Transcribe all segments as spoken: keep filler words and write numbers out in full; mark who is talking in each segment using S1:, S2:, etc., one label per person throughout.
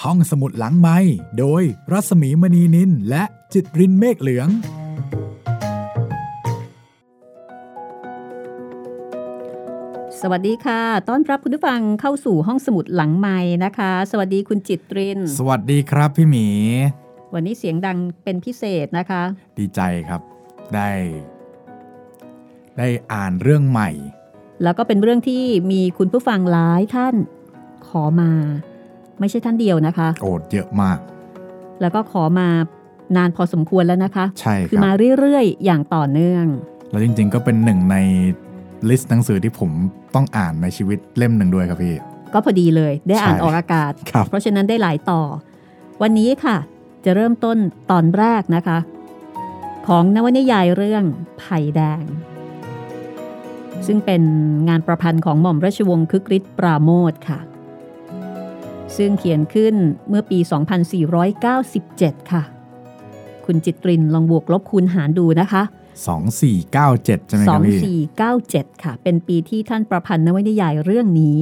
S1: ห้องสมุดหลังไมค์โดยรัศมีมณีนินและจิตรินเมฆเหลือง
S2: สวัสดีค่ะต้อนรับคุณผู้ฟังเข้าสู่ห้องสมุดหลังไมค์นะคะสวัสดีคุณจิตริน
S1: สวัสดีครับพี่หมี
S2: วันนี้เสียงดังเป็นพิเศษนะคะ
S1: ดีใจครับได้ได้อ่านเรื่องใหม่
S2: แล้วก็เป็นเรื่องที่มีคุณผู้ฟังหลายท่านขอมาไม่ใช่ท่านเดียวนะคะ
S1: โอ้เยอะมาก
S2: แล้วก็ขอมานานพอสมควรแล้วนะคะ
S1: ใช่ครับ
S2: คือมาเรื่อยๆอย่างต่อเนื่อง
S1: แล้วจริงๆก็เป็นหนึ่งในลิสต์หนังสือที่ผมต้องอ่านในชีวิตเล่มหนึ่งด้วยครับพี่
S2: ก็พอดีเลยได้อ่านออกอากาศเพราะฉะนั้นได้หลายต่อวันนี้ค่ะจะเริ่มต้นตอนแรกนะคะของนวนิยายเรื่องไผ่แดงซึ่งเป็นงานประพันธ์ของหม่อมราชวงศ์คึกฤทธิ์ปราโมทค่ะซึ่งเขียนขึ้นเมื่อปี สองพันสี่ร้อยเก้าสิบเจ็ด ค่ะคุณจิตรินลองบวกลบคูณหารดูนะคะ
S1: สองพันสี่ร้อยเก้าสิบเจ็ดใช่ไหมครับพี่
S2: สองพันสี่ร้อยเก้าสิบเจ็ด ค่ะเป็นปีที่ท่านประพันธ์นวนิยายเรื่องนี้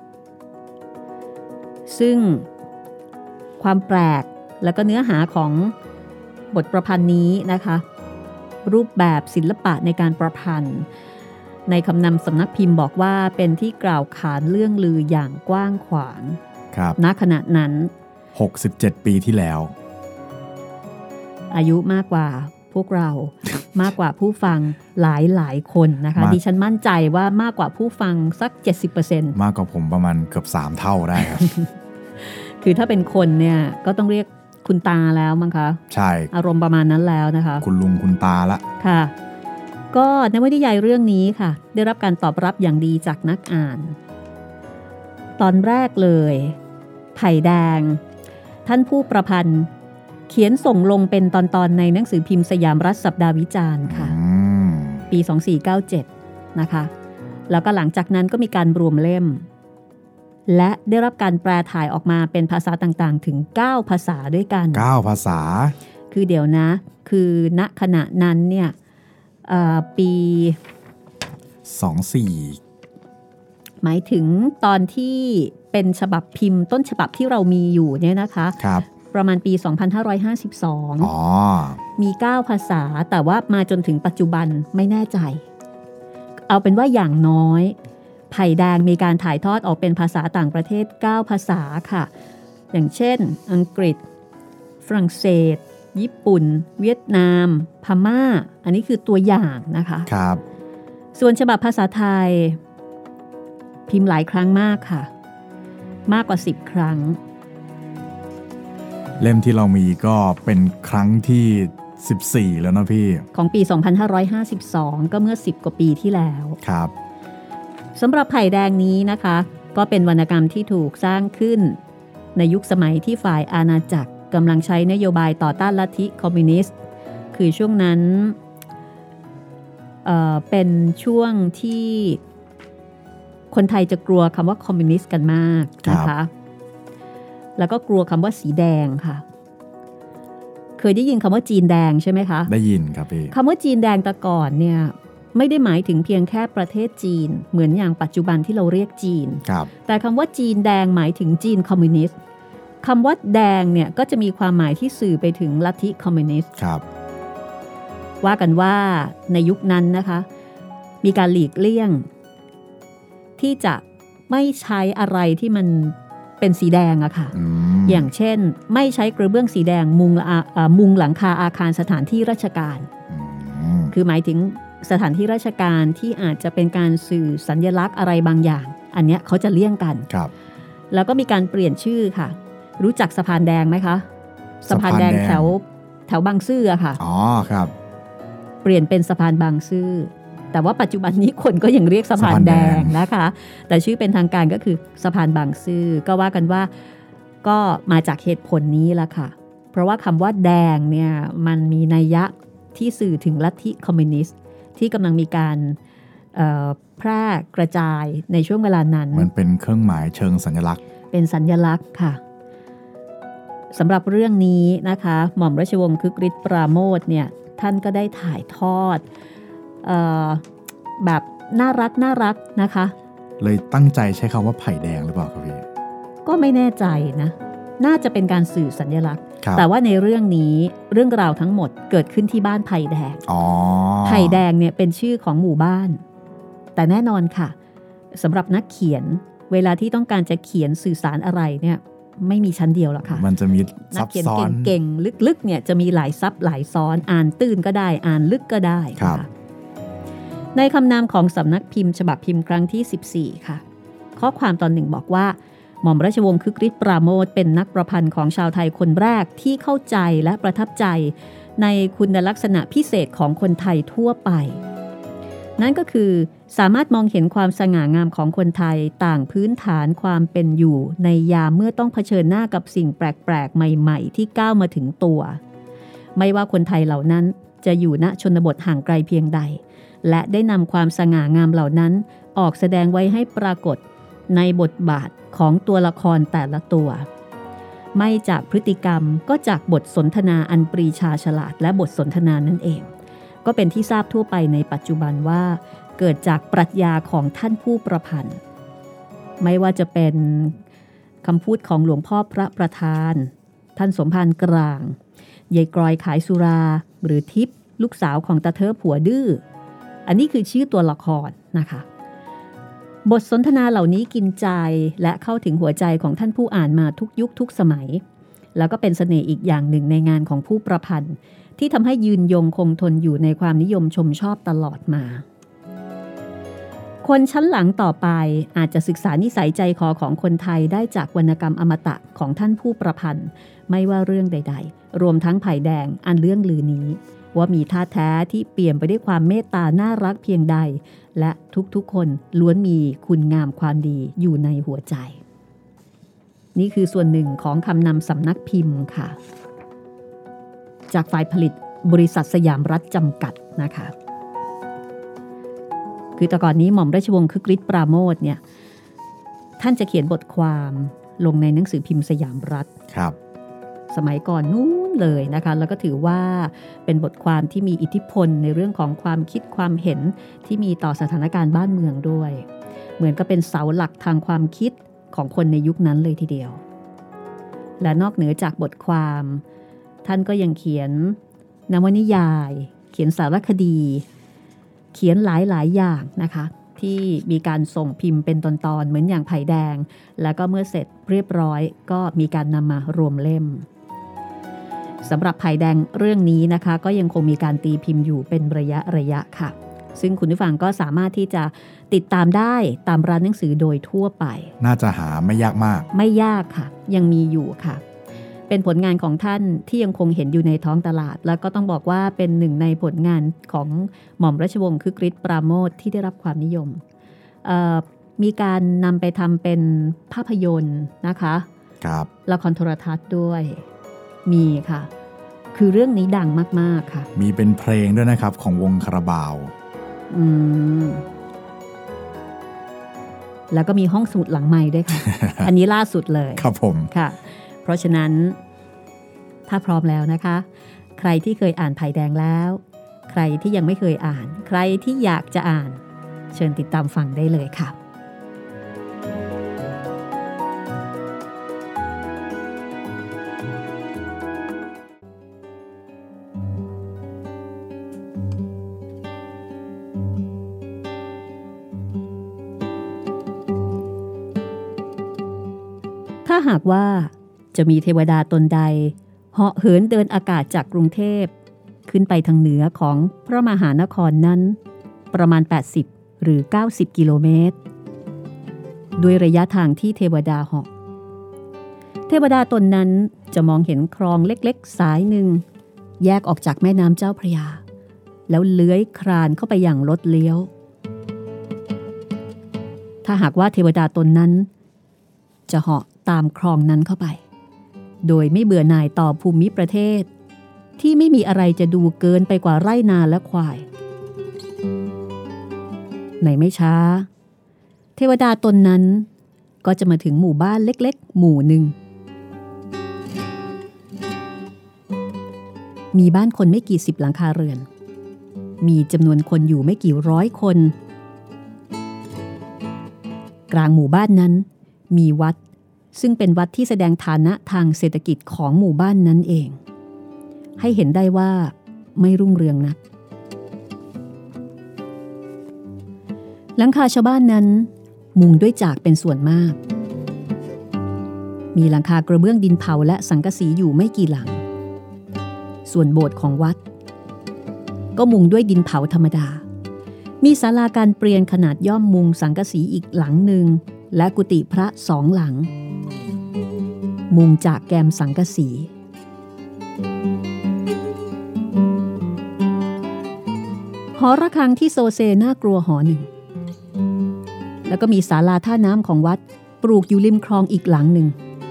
S2: ซึ่งความแปลกและก็เนื้อหาของบทประพันธ์นี้นะคะรูปแบบศิลปะในการประพันธ์ในคำนำสำนักพิมพ์บอกว่าเป็นที่กล่าวขานเรื่องลืออย่างกว้างขวางณขณะนั้น
S1: หกสิบเจ็ดปีที่แล้ว
S2: อายุมากกว่าพวกเรา มากกว่าผู้ฟังหลายหลายคนนะคะดิฉันมั่นใจว่ามากกว่าผู้ฟังสัก เจ็ดสิบเปอร์เซ็นต์
S1: มากกว่าผมประมาณเกือบสามเท่าได้ครับ
S2: คือถ้าเป็นคนเนี่ยก็ต้องเรียกคุณตาแล้วมั้งคะ
S1: ใช่
S2: อารมณ์ประมาณนั้นแล้วนะคะ
S1: คุณลุงคุณตาละ
S2: ค่ะก็นวนิยายเรื่องนี้ค่ะได้รับการตอบรับอย่างดีจากนักอ่านตอนแรกเลยไผ่แดงท่านผู้ประพันธ์เขียนส่งลงเป็นตอนๆในหนังสือพิมพ์สยามรัฐสัปดาห์วิจารณ์ค่ะปีสองพันสี่ร้อยเก้าสิบเจ็ดนะคะแล้วก็หลังจากนั้นก็มีการรวมเล่มและได้รับการแปลถ่ายออกมาเป็นภาษาต่างๆถึงเก้าภาษาด้วยกัน
S1: เก้าภาษา
S2: คือเดี๋ยวนะคือณขณะนั้นเนี่ยปี
S1: สองพันสี่ร้อย
S2: หมายถึงตอนที่เป็นฉบับพิมพ์ต้นฉบับที่เรามีอยู่เนี่ยนะคะ
S1: ครับ
S2: ประมาณปี สองพันห้าร้อยห้าสิบสอง
S1: อ๋อ
S2: มีเก้าภาษาแต่ว่ามาจนถึงปัจจุบันไม่แน่ใจเอาเป็นว่าอย่างน้อยไผ่แดงมีการถ่ายทอดออกเป็นภาษาต่างประเทศเก้าภาษาค่ะอย่างเช่นอังกฤษฝรั่งเศสญี่ปุ่นเวียดนามพม่าอันนี้คือตัวอย่างนะคะ
S1: ครับ
S2: ส่วนฉบับภาษาไทยพิมพ์หลายครั้งมากค่ะมากกว่าสิบครั้ง
S1: เล่มที่เรามีก็เป็นครั้งที่สิบสี่แล้วนะพี่
S2: ของปีสองพันห้าร้อยห้าสิบสองก็เมื่อสิบกว่าปีที่แล้ว
S1: ครับ
S2: สำหรับไผ่แดงนี้นะคะก็เป็นวรรณกรรมที่ถูกสร้างขึ้นในยุคสมัยที่ฝ่ายอาณาจักรกำลังใช้นโยบายต่อต้านลัทธิคอมมิวนิสต์คือช่วงนั้น เอ่อ เป็นช่วงที่คนไทยจะกลัวคำว่าคอมมิวนิสต์กันมากนะคะแล้วก็กลัวคำว่าสีแดงค่ะเคยได้ยินคำว่าจีนแดงใช่ไหมคะ
S1: ได้ยินครับพี่
S2: คำว่าจีนแดงแต่ก่อนเนี่ยไม่ได้หมายถึงเพียงแค่ประเทศจีนเหมือนอย่างปัจจุบันที่เราเรียกจีนแต่คำว่าจีนแดงหมายถึงจีนคอมมิวนิสต์คำว่าแดงเนี่ยก็จะมีความหมายที่สื่อไปถึงลัทธิคอมมิวนิสต์ว่ากันว่าในยุคนั้นนะคะมีการหลีกเลี่ยงที่จะไม่ใช้อะไรที่มันเป็นสีแดงอะค่ะ
S1: อ,
S2: อย่างเช่นไม่ใช้กระเบื้องสีแดงมุงมุงหลังคาอาคารสถานที่ราชการคือหมายถึงสถานที่ราชการที่อาจจะเป็นการสื่อสัญลักษณ์อะไรบางอย่างอันเนี้ยเขาจะเลี่ยงกันแล้วก็มีการเปลี่ยนชื่อค่ะรู้จักสะพานแดงไหมคะสะพานแดงแถวแถวบางซื่ออะค่ะ
S1: อ๋อครับ
S2: เปลี่ยนเป็นสะพานบางซื่อแต่ว่าปัจจุบันนี้คนก็ยังเรียกสะพานแดงนะคะแต่ชื่อเป็นทางการก็คือสะพานบางซื่อก็ว่ากันว่าก็มาจากเหตุผลนี้ละค่ะเพราะว่าคำว่าแดงเนี่ยมันมีนัยยะที่สื่อถึงลัทธิคอมมิวนิสต์ที่กำลังมีการแพร่กระจายในช่วงเวลานั้น
S1: มันเป็นเครื่องหมายเชิงสัญลักษณ์
S2: เป็นสัญลักษณ์ค่ะสำหรับเรื่องนี้นะคะหม่อมราชวงศ์คึกฤทธิ์ปราโมทเนี่ยท่านก็ได้ถ่ายทอดเอ่อแบบน่ารักน่ารักนะคะ
S1: เลยตั้งใจใช้คำว่าไผ่แดงหรือเปล่าครับพี่
S2: ก็ไม่แน่ใจนะน่าจะเป็นการสื่อสัญลักษณ์แต่ว่าในเรื่องนี้เรื่องราวทั้งหมดเกิดขึ้นที่บ้านไผ่แดงไผ่แดงเนี่ยเป็นชื่อของหมู่บ้านแต่แน่นอนค่ะสำหรับนักเขียนเวลาที่ต้องการจะเขียนสื่อสารอะไรเนี่ยไม่มีชั้นเดียวหรอกค่ะ
S1: มันจะมี
S2: ซับซ้อนนักเขียนเก่งๆลึกๆเนี่ยจะมีหลายซับหลายซ้อนอ่านตื้นก็ได้อ่านลึกก็ได้ค่ะในคำนามของสำนักพิมพ์ฉบับพิมพ์ครั้งที่สิบสี่ค่ะข้อความตอนหนึ่งบอกว่าหม่อมราชวงศ์คึกฤทธิ์ปราโมทย์เป็นนักประพันธ์ของชาวไทยคนแรกที่เข้าใจและประทับใจในคุณลักษณะพิเศษของคนไทยทั่วไปนั่นก็คือสามารถมองเห็นความสง่างามของคนไทยต่างพื้นฐานความเป็นอยู่ในยามเมื่อต้องเผชิญหน้ากับสิ่งแปลกๆใหม่ๆที่ก้าวมาถึงตัวไม่ว่าคนไทยเหล่านั้นจะอยู่ณชนบทห่างไกลเพียงใดและได้นำความสง่างามเหล่านั้นออกแสดงไว้ให้ปรากฏในบทบาทของตัวละครแต่ละตัวไม่จากพฤติกรรมก็จากบทสนทนาอันปรีชาฉลาดและบทสนทนานั่นเองก็เป็นที่ทราบทั่วไปในปัจจุบันว่าเกิดจากปรัชญาของท่านผู้ประพันธ์ไม่ว่าจะเป็นคำพูดของหลวงพ่อพระประธานท่านสมภารกลางยายกรอยขายสุราหรือทิพย์ลูกสาวของตาเธอผัวดื้ออันนี้คือชื่อตัวละครนะคะบทสนทนาเหล่านี้กินใจและเข้าถึงหัวใจของท่านผู้อ่านมาทุกยุคทุกสมัยแล้วก็เป็นเสน่ห์อีกอย่างหนึ่งในงานของผู้ประพันธ์ที่ทำให้ยืนยงคงทนอยู่ในความนิยมชมชอบตลอดมาคนชั้นหลังต่อไปอาจจะศึกษานิสัยใจคอของคนไทยได้จากวรรณกรรมอมตะของท่านผู้ประพันธ์ไม่ว่าเรื่องใดๆรวมทั้งไผ่แดงอันเรื่องลือนี้ว่ามีท่าแท้ที่เปี่ยมไปด้วยความเมตตาน่ารักเพียงใดและทุกๆคนล้วนมีคุณงามความดีอยู่ในหัวใจนี่คือส่วนหนึ่งของคำนำสำนักพิมพ์ค่ะจากฝ่ายผลิตบริษัทสยามรัฐจำกัดนะคะคือแต่ก่อนนี้หม่อมราชวงศ์คึกฤทธิ์ปราโมทย์เนี่ยท่านจะเขียนบทความลงในหนังสือพิมพ์สยามรัฐ
S1: ครับ
S2: สมัยก่อนนู้นเลยนะคะแล้วก็ถือว่าเป็นบทความที่มีอิทธิพลในเรื่องของความคิดความเห็นที่มีต่อสถานการณ์บ้านเมืองด้วยเหมือนก็เป็นเสาหลักทางความคิดของคนในยุคนั้นเลยทีเดียวและนอกเหนือจากบทความท่านก็ยังเขียนนวนิยายเขียนสารคดีเขียนหลายๆอย่างนะคะที่มีการส่งพิมพ์เป็นตอนๆเหมือนอย่างไผ่แดงแล้วก็เมื่อเสร็จเรียบร้อยก็มีการนำมารวมเล่มสำหรับไผ่แดงเรื่องนี้นะคะก็ยังคงมีการตีพิมพ์อยู่เป็นระยะระยะค่ะซึ่งคุณผู้ฟังก็สามารถที่จะติดตามได้ตามร้านหนังสือโดยทั่วไป
S1: น่าจะหาไม่ยากมาก
S2: ไม่ยากค่ะยังมีอยู่ค่ะเป็นผลงานของท่านที่ยังคงเห็นอยู่ในท้องตลาดแล้วก็ต้องบอกว่าเป็นหนึ่งในผลงานของหม่อมราชวงศ์คึกฤทธิ์ปราโมทย์ที่ได้รับความนิยมมีการนำไปทำเป็นภาพยนตร์นะคะ
S1: ครับ
S2: ละครโทรทัศน์ด้วยมีค่ะคือเรื่องนี้ดังมากๆค่ะ
S1: มีเป็นเพลงด้วยนะครับของวงคาราบาว
S2: อืมแล้วก็มีห้องสมุดหลังไมค์ด้วยค่ะ อันนี้ล่าสุดเลย
S1: ครับผม
S2: ค่ะเพราะฉะนั้นถ้าพร้อมแล้วนะคะใครที่เคยอ่านไผ่แดงแล้วใครที่ยังไม่เคยอ่านใครที่อยากจะอ่านเชิญติดตามฟังได้เลยค่ะถ้าหากว่าจะมีเทวดาตนใดเหาะเหินเดินอากาศจากกรุงเทพขึ้นไปทางเหนือของพระมหานครนั้นประมาณแปดสิบหรือเก้าสิบกิโลเมตรด้วยระยะทางที่เทวดาเหาะเทวดาตนนั้นจะมองเห็นคลองเล็กๆสายหนึ่งแยกออกจากแม่น้ำเจ้าพระยาแล้วเลื้อยคลานเข้าไปอย่างรถเลี้ยวถ้าหากว่าเทวดาตนนั้นจะเหาะตามคลองนั้นเข้าไปโดยไม่เบื่อหน่ายต่อภูมิประเทศที่ไม่มีอะไรจะดูเกินไปกว่าไร่นาและควายในไม่ช้าเทวดาตนนั้นก็จะมาถึงหมู่บ้านเล็กๆหมู่หนึ่งมีบ้านคนไม่กี่สิบหลังคาเรือนมีจำนวนคนอยู่ไม่กี่ร้อยคนกลางหมู่บ้านนั้นมีวัดซึ่งเป็นวัดที่แสดงฐานะทางเศรษฐกิจของหมู่บ้านนั้นเองให้เห็นได้ว่าไม่รุ่งเรืองนักหลังคาชาวบ้านนั้นมุงด้วยจากเป็นส่วนมากมีหลังคากระเบื้องดินเผาและสังกะสีอยู่ไม่กี่หลังส่วนโบสถ์ของวัดก็มุงด้วยดินเผาธรรมดามีศาลาการเปลี่ยนขนาดย่อมมุงสังกะสีอีกหลังหนึ่งและกุฏิพระสองหลังมุงจากแกมสังกะสีหอระฆังที่โซเซน่ากลัวหอหนึ่งแล้วก็มีศาลาท่าน้ำของวัดปลูกอยู่ริมคลองอีกหลังหนึ่ง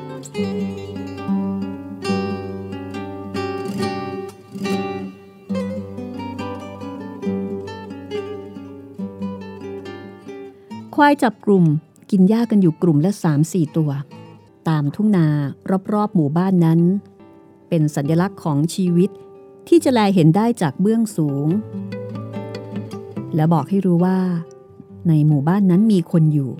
S2: ควายจับกลุ่มกินหญ้ากันอยู่กลุ่มละ สามสี่ ตัวตามทุ่งนารอบๆหมู่บ้านนั้นเป็นสัญลักษณ์ของชีวิตที่จะแลเห็นได้จากเบื้องสูงและบอกให้รู้ว่าในหมู่บ้านนั้นมีคนอยู่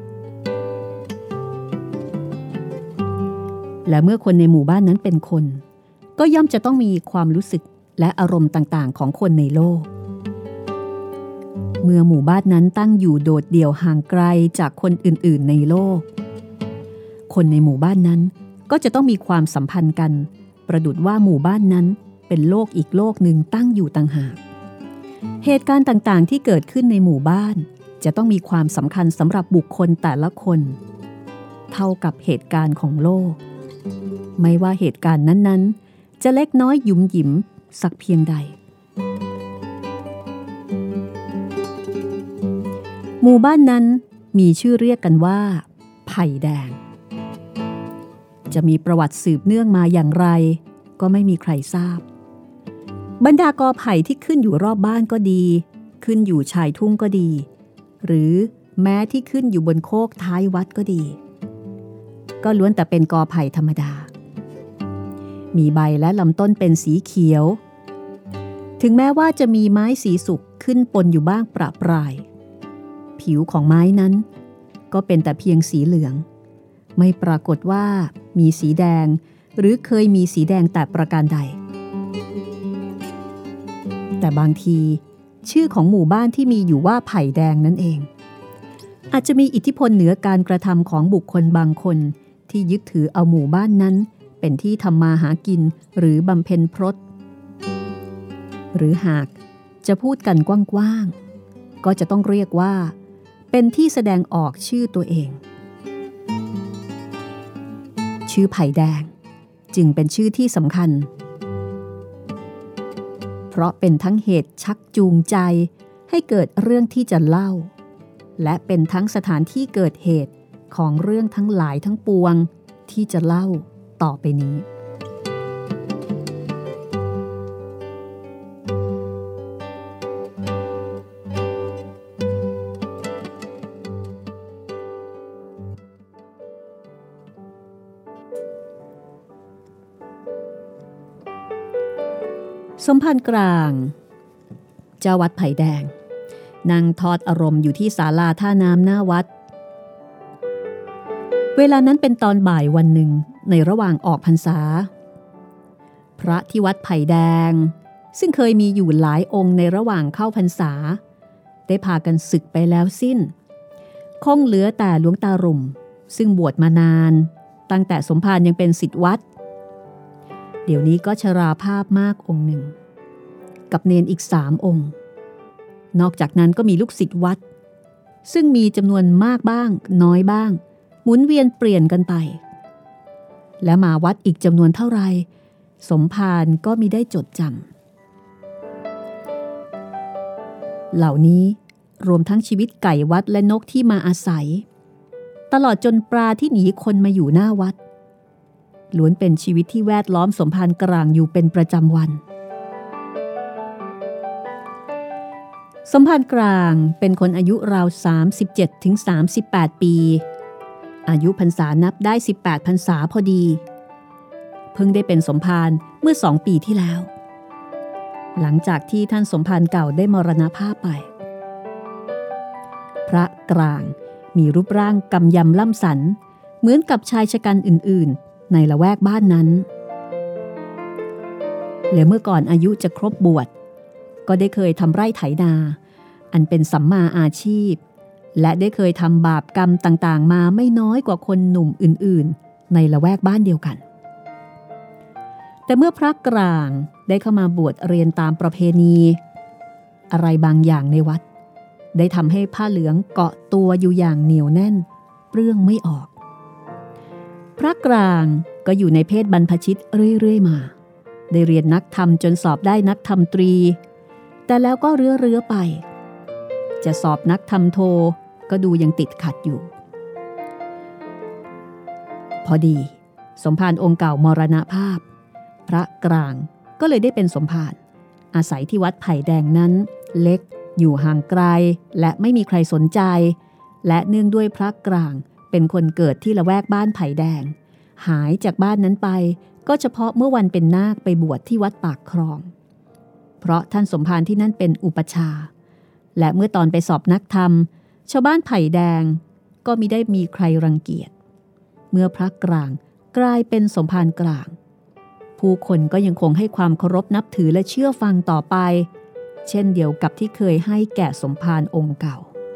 S2: และเมื่อคนในหมู่บ้านนั้นเป็นคนก็ย่อมจะต้องมีความรู้สึกและอารมณ์ต่างๆของคนในโลกเมื่อหมู่บ้านนั้นตั้งอยู่โดดเดี่ยวห่างไกลจากคนอื่นๆในโลกคนในหมู่บ้านนั้นก็จะต้องมีความสัมพันธ์กันประดุจว่าหมู่บ้านนั้นเป็นโลกอีกโลกหนึ่งตั้งอยู่ต่างหากเหตุการณ์ต่างๆที่เกิดขึ้นในหมู่บ้านจะต้องมีความสำคัญสำหรับบุคคลแต่ละคนเท่ากับเหตุการณ์ของโลกไม่ว่าเหตุการณ์นั้นๆจะเล็กน้อยหยุมหยิมสักเพียงใดหมู่บ้านนั้นมีชื่อเรียกกันว่าไผ่แดงจะมีประวัติสืบเนื่องมาอย่างไรก็ไม่มีใครทราบบรรดากอไผ่ที่ขึ้นอยู่รอบบ้านก็ดีขึ้นอยู่ชายทุ่งก็ดีหรือแม้ที่ขึ้นอยู่บนโคกท้ายวัดก็ดีก็ล้วนแต่เป็นกอไผ่ธรรมดามีใบและลำต้นเป็นสีเขียวถึงแม้ว่าจะมีไม้สีสุกขึ้นปนอยู่บ้างประปรายผิวของไม้นั้นก็เป็นแต่เพียงสีเหลืองไม่ปรากฏว่ามีสีแดงหรือเคยมีสีแดงแต่ประการใดแต่บางทีชื่อของหมู่บ้านที่มีอยู่ว่าไผ่แดงนั่นเองอาจจะมีอิทธิพลเหนือการกระทำของบุคคลบางคนที่ยึดถือเอาหมู่บ้านนั้นเป็นที่ทำมาหากินหรือบำเพ็ญพรตหรือหากจะพูดกันกว้างๆก็จะต้องเรียกว่าเป็นที่แสดงออกชื่อตัวเองชื่อไผ่แดงจึงเป็นชื่อที่สำคัญเพราะเป็นทั้งเหตุชักจูงใจให้เกิดเรื่องที่จะเล่าและเป็นทั้งสถานที่เกิดเหตุของเรื่องทั้งหลายทั้งปวงที่จะเล่าต่อไปนี้สมภารกลางเจ้าวัดไผ่แดงนั่งทอดอารมณ์อยู่ที่ศาลาท่าน้ำหน้าวัดเวลานั้นเป็นตอนบ่ายวันหนึ่งในระหว่างออกพรรษาพระที่วัดไผ่แดงซึ่งเคยมีอยู่หลายองค์ในระหว่างเข้าพรรษาได้พากันสึกไปแล้วสิ้นคงเหลือแต่หลวงตารุ่มซึ่งบวชมานานตั้งแต่สมภารยังเป็นศิษย์วัดเดี๋ยวนี้ก็ชราภาพมากองค์หนึ่งกับเนนอีกสามองค์นอกจากนั้นก็มีลูกศิษย์วัดซึ่งมีจำนวนมากบ้างน้อยบ้างหมุนเวียนเปลี่ยนกันไปและมาวัดอีกจำนวนเท่าไรสมภารก็มิได้จดจำเหล่านี้รวมทั้งชีวิตไก่วัดและนกที่มาอาศัยตลอดจนปลาที่หนีคนมาอยู่หน้าวัดล้วนเป็นชีวิตที่แวดล้อมสมภารกลางอยู่เป็นประจำวันสมภารกลางเป็นคนอายุราว สามสิบเจ็ดถึงสามสิบแปด ปีอายุพรรษานับได้สิบแปดพรรษาพอดีเพิ่งได้เป็นสมภารเมื่อสองปีที่แล้วหลังจากที่ท่านสมภารเก่าได้มรณภาพไปพระกลางมีรูปร่างกำยำล่ำสันเหมือนกับชายชะกันอื่นๆในละแวกบ้านนั้นและเมื่อก่อนอายุจะครบบวชก็ได้เคยทำไร่ไถนาอันเป็นสัมมาอาชีพและได้เคยทำบาปกรรมต่างๆมาไม่น้อยกว่าคนหนุ่มอื่นๆในละแวกบ้านเดียวกันแต่เมื่อพระกลางได้เข้ามาบวชเรียนตามประเพณีอะไรบางอย่างในวัดได้ทำให้ผ้าเหลืองเกาะตัวอยู่อย่างเหนียวแน่นเปลื้องไม่ออกพระกลางก็อยู่ในเพศบรรพชิตเรื่อยๆมาได้เรียนนักธรรมจนสอบได้นักธรรมตรีแต่แล้วก็เรื่อๆไปจะสอบนักธรรมโทก็ดูยังติดขัดอยู่พอดีสมภารองค์เก่ามรณภาพพระกลางก็เลยได้เป็นสมภารอาศัยที่วัดไผ่แดงนั้นเล็กอยู่ห่างไกลและไม่มีใครสนใจและเนื่องด้วยพระกลางเป็นคนเกิดที่ละแวกบ้านไผ่แดงหายจากบ้านนั้นไปก็เฉพาะเมื่อวันเป็นนาคไปบวชที่วัดปากคลองเพราะท่านสมภารที่นั่นเป็นอุปชาและเมื่อตอนไปสอบนักธรรมชาวบ้านไผ่แดงก็มิได้มีใครรังเกียจเมื่อพระกลางกลายเป็นสมภารกลางผู้คนก็ยังคงให้ความเคารพนับถือและเชื่อฟังต่อไปเช่นเดียวกับที่เคยให้แก่สมภารองค์เก่า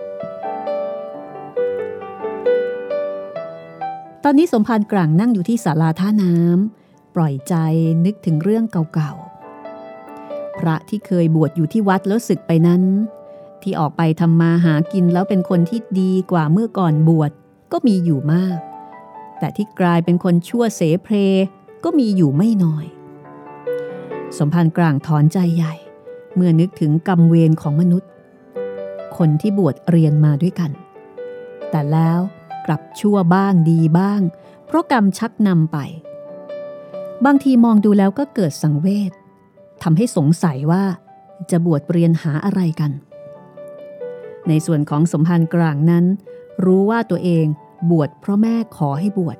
S2: ตอนนี้สมภารกลางนั่งอยู่ที่ศาลาท่าน้ำปล่อยใจนึกถึงเรื่องเก่าๆพระที่เคยบวชอยู่ที่วัดแล้วสึกไปนั้นที่ออกไปทำมาหากินแล้วเป็นคนที่ดีกว่าเมื่อก่อนบวชก็มีอยู่มากแต่ที่กลายเป็นคนชั่วเสเพลก็มีอยู่ไม่น้อยสมภารกลางถอนใจใหญ่เมื่อนึกถึงกรรมเวรของมนุษย์คนที่บวชเรียนมาด้วยกันแต่แล้วกลับชั่วบ้างดีบ้างเพราะกรรมชักนำไปบางทีมองดูแล้วก็เกิดสังเวชทำให้สงสัยว่าจะบวชเรียนหาอะไรกันในส่วนของสมภารกลางนั้นรู้ว่าตัวเองบวชเพราะแม่ขอให้บวช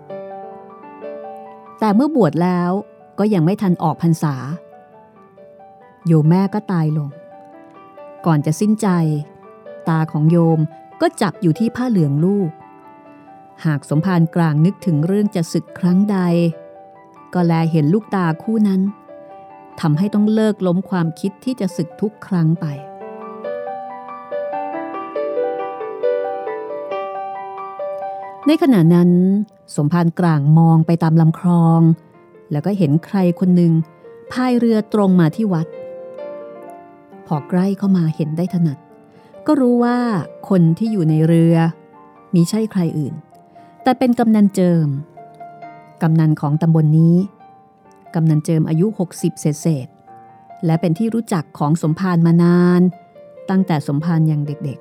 S2: แต่เมื่อบวชแล้วก็ยังไม่ทันออกพรรษาโยมแม่ก็ตายลงก่อนจะสิ้นใจตาของโยมก็จับอยู่ที่ผ้าเหลืองลูกหากสมภารกลางนึกถึงเรื่องจะสึกครั้งใดก็แลเห็นลูกตาคู่นั้นทำให้ต้องเลิกล้มความคิดที่จะสึกทุกครั้งไปในขณะนั้นสมภารกลางมองไปตามลำคลองแล้วก็เห็นใครคนหนึ่งพายเรือตรงมาที่วัดพอใกล้เข้ามาเห็นได้ถนัดก็รู้ว่าคนที่อยู่ในเรือมิใช่ใครอื่นแต่เป็นกำนันเจิมกำนันของตำบล น, นี้กำนันเจิมอายุหกสิบเศษๆและเป็นที่รู้จักของสมภารมานานตั้งแต่สมภารยังเด็ก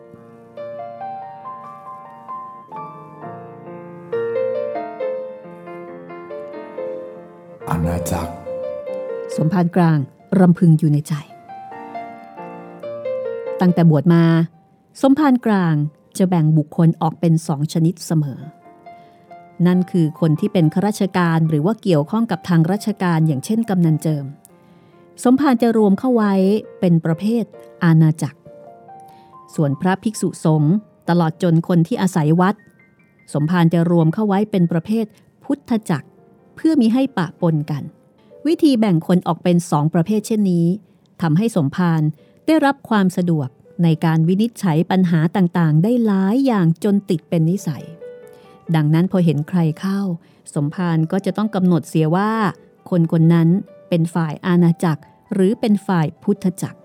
S1: ๆอาณาจักร
S2: สมภารกลางรำพึงอยู่ในใจตั้งแต่บวชมาสมภารกลางจะแบ่งบุคคลออกเป็นสองชนิดเสมอนั่นคือคนที่เป็นข้าราชการหรือว่าเกี่ยวข้องกับทางราชการอย่างเช่นกำนันเจิมสมภารจะรวมเข้าไว้เป็นประเภทอาณาจักรส่วนพระภิกษุสงฆ์ตลอดจนคนที่อาศัยวัดสมภารจะรวมเข้าไว้เป็นประเภทพุทธจักรเพื่อมิให้ปะปนกันวิธีแบ่งคนออกเป็นสองประเภทเช่นนี้ทำให้สมภารได้รับความสะดวกในการวินิจฉัยปัญหาต่างๆได้หลายอย่างจนติดเป็นนิสัยดังนั้นพอเห็นใครเข้าสมภารก็จะต้องกำหนดเสียว่าคนคนนั้นเป็นฝ่ายอาณาจักรหรือเป็นฝ่ายพุทธจักร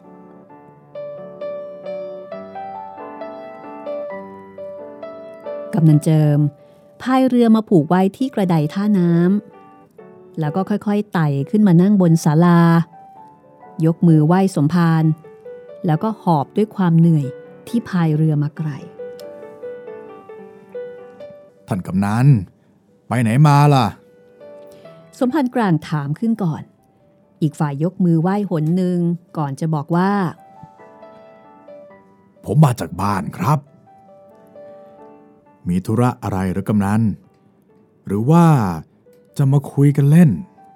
S2: กำนันเจิมพายเรือมาผูกไว้ที่กระไดท่าน้ำแล้วก็ค่อยๆไต่ขึ้นมานั่งบนศาลายกมือไหว้สมภารแล้วก็หอบด้วยความเหนื่อยที่พายเรือมาไกล
S1: ท่านกำนันไปไหนมาล่ะ
S2: สมภารกลางถามขึ้นก่อนอีกฝ่ายยกมือไหว้หนหนึ่งก่อนจะบอกว่า
S1: ผมมาจากบ้านครับมีธุระอะไรหรือกำนันหรือว่าจะมาคุยกันเล่น